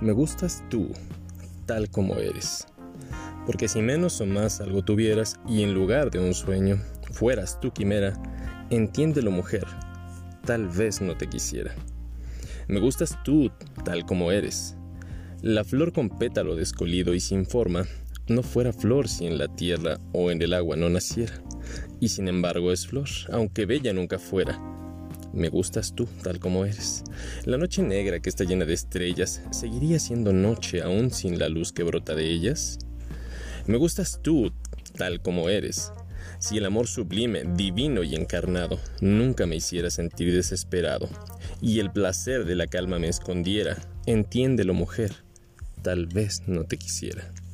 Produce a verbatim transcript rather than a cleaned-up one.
Me gustas tú, tal como eres. Porque si menos o más algo tuvieras y en lugar de un sueño fueras tu quimera, entiéndelo, mujer, tal vez no te quisiera. Me gustas tú, tal como eres. La flor con pétalo descolido y sin forma no fuera flor si en la tierra o en el agua no naciera. Y sin embargo es flor, aunque bella nunca fuera. Me gustas tú, tal como eres. La noche negra que está llena de estrellas ¿seguiría siendo noche aún sin la luz que brota de ellas? Me gustas tú, tal como eres. Si el amor sublime, divino y encarnado nunca me hiciera sentir desesperado y el placer de la calma me escondiera, entiéndelo, mujer, tal vez no te quisiera.